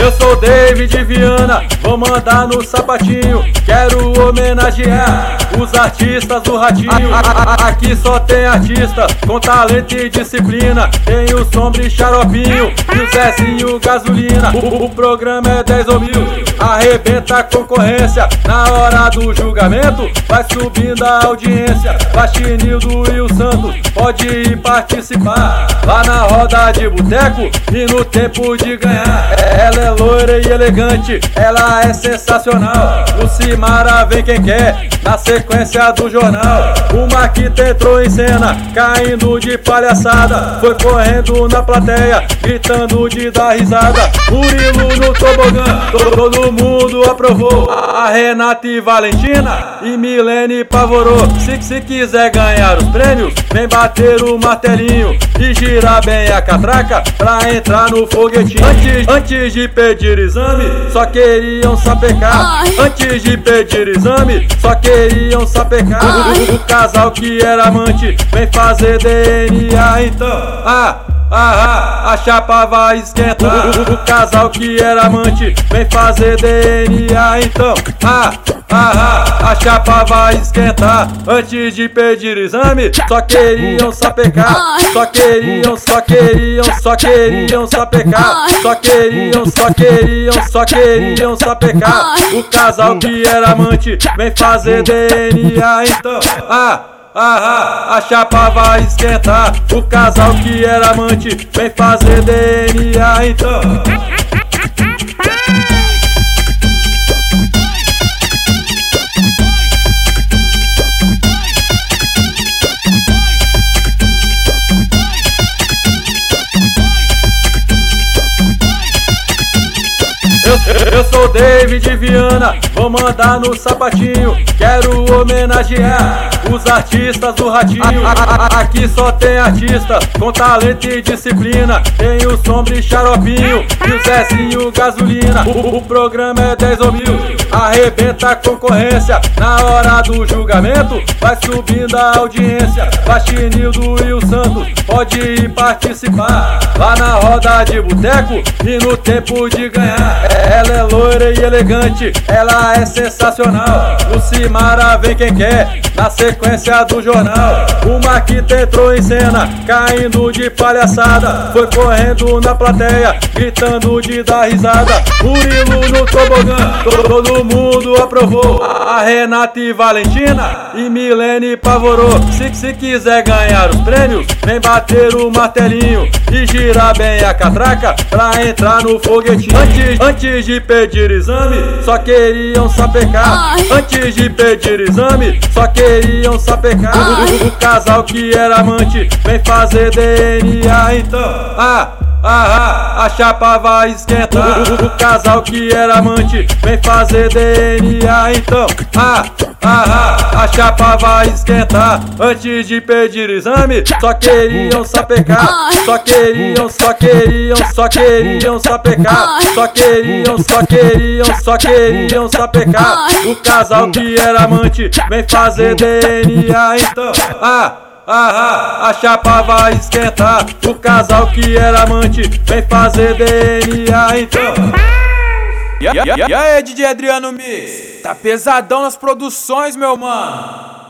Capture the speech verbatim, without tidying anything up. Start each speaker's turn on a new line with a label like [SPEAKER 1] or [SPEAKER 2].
[SPEAKER 1] Eu sou David Viana, vou mandar no sapatinho. Quero homenagear os artistas do Ratinho. Aqui só tem artista com talento e disciplina. Tem o Sombra e Xaropinho e o Zezinho Gasolina. O, o programa é dez ou mil, arrebenta a concorrência. Na hora do julgamento vai subindo a audiência. Bastinildo e o Santos pode ir participar lá na roda de boteco e no tempo de ganhar. Ela é loira e elegante, ela é sensacional. O Cimara vem quem quer, na sequência do jornal. O Marquito entrou em cena, caindo de palhaçada. Foi correndo na plateia, gritando de dar risada. Murilo no tobogã, todo mundo aprovou. A Renata e Valentina e Milene Pavorou. Se, se quiser ganhar os prêmios, vem bater o martelinho e girar bem a catraca pra entrar no foguetinho. Antes, antes de pedir exame, só queriam sapecar. Antes de pedir exame, só queriam sapecar. O, o casal que era amante vem fazer D N A então. Ah, ah, ah, a chapa vai esquentar. O, o casal que era amante vem fazer D N A então. Ah, ah, ah, a chapa vai esquentar. Antes de pedir exame, só queriam sapecar. Só queriam, só queriam, só queriam sapecar. Só queriam, só queriam, só queriam sapecar. O casal que era amante vem fazer D N A então. Ah, ah, ah, a chapa vai esquentar. O casal que era amante vem fazer D N A então. Eu, eu sou David Viana, vou mandar no sapatinho. Quero homenagear os artistas do Ratinho. Aqui só tem artista com talento e disciplina. Tem o Sombra e Xaropinho e o Zezinho Gasolina. O, o programa é dez ou mil, arrebenta a concorrência. Na hora do julgamento vai subindo a audiência. Bastinildo e o Santos pode ir participar lá na roda de boteco e no tempo de ganhar. Ela é loira e elegante, ela é sensacional. O Cimara vem quem quer, na sequência do jornal. O Marquito entrou em cena, caindo de palhaçada. Foi correndo na plateia, gritando de dar risada. Murilo no tobogã, todo mundo aprovou. A Renata e Valentina e Milene Pavorou. Se, se quiser ganhar os prêmios, vem bater o martelinho e girar bem a catraca pra entrar no foguetinho. Antes, antes de pedir exame, só queriam sapecar. Antes de pedir exame, só queriam sapecar. O, o casal que era amante vem fazer D N A então. Ah, ah, ah, a chapa vai esquentar. O, o casal que era amante vem fazer D N A então. Ah, ah, ah, a chapa vai esquentar. Antes de pedir exame, só queriam sapecar. Só queriam, só queriam, só queriam sapecar. Só queriam, só queriam, só queriam sapecar. O casal que era amante vem fazer D N A então. Ah, ah, ah, a chapa vai esquentar. O casal que era amante vem fazer D N A então.
[SPEAKER 2] E aí, D J Adriano Mix, tá pesadão nas produções, meu mano.